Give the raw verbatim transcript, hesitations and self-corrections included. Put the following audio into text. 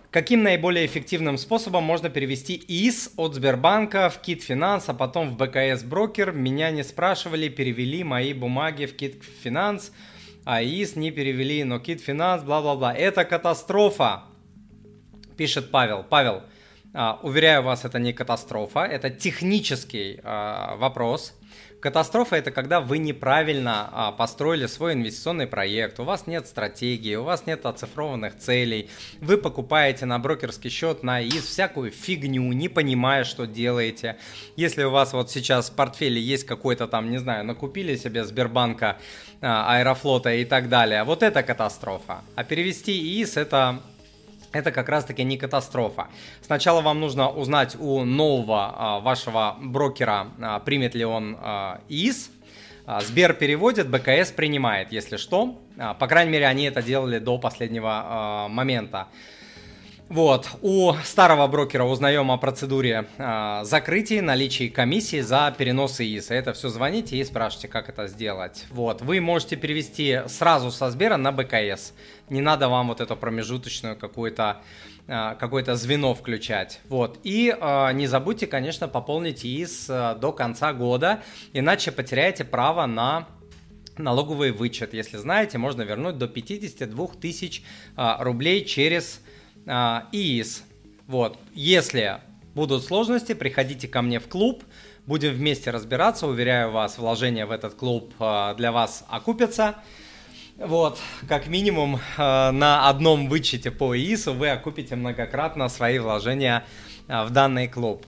Каким наиболее эффективным способом можно перевести ИИС от Сбербанка в Кит Финанс, а потом в БКС Брокер? Меня не спрашивали, перевели мои бумаги в Кит Финанс, а ИИС не перевели, но Кит Финанс, бла-бла-бла. Это катастрофа, пишет Павел. Павел, уверяю вас, это не катастрофа, это технический вопрос. Катастрофа – это когда вы неправильно а, построили свой инвестиционный проект, у вас нет стратегии, у вас нет оцифрованных целей, вы покупаете на брокерский счет на ИИС всякую фигню, не понимая, что делаете. Если у вас вот сейчас в портфеле есть какой-то там, не знаю, накупили себе Сбербанка, а, Аэрофлота и так далее, вот это катастрофа. А перевести ИИС – это... Это как раз-таки не катастрофа. Сначала вам нужно узнать у нового а, вашего брокера, а, примет ли он а, ИИС. А, Сбер переводит, БКС принимает, если что. А, по крайней мере, они это делали до последнего а, момента. Вот, у старого брокера узнаем о процедуре э, закрытия, наличии комиссии за перенос ИИСа. Это все звоните и спрашивайте, как это сделать. Вот, вы можете перевести сразу со Сбера на БКС. Не надо вам вот эту промежуточную какую-то, э, какое-то звено включать. Вот, и э, не забудьте, конечно, пополнить ИИС э, до конца года, иначе потеряете право на... налоговый вычет. Если знаете, можно вернуть до пятидесяти двух тысяч э, рублей через... ИИС. Вот. Если будут сложности, приходите ко мне в клуб, будем вместе разбираться. Уверяю вас, вложения в этот клуб для вас окупятся. Вот. Как минимум на одном вычете по ИИСу вы окупите многократно свои вложения в данный клуб.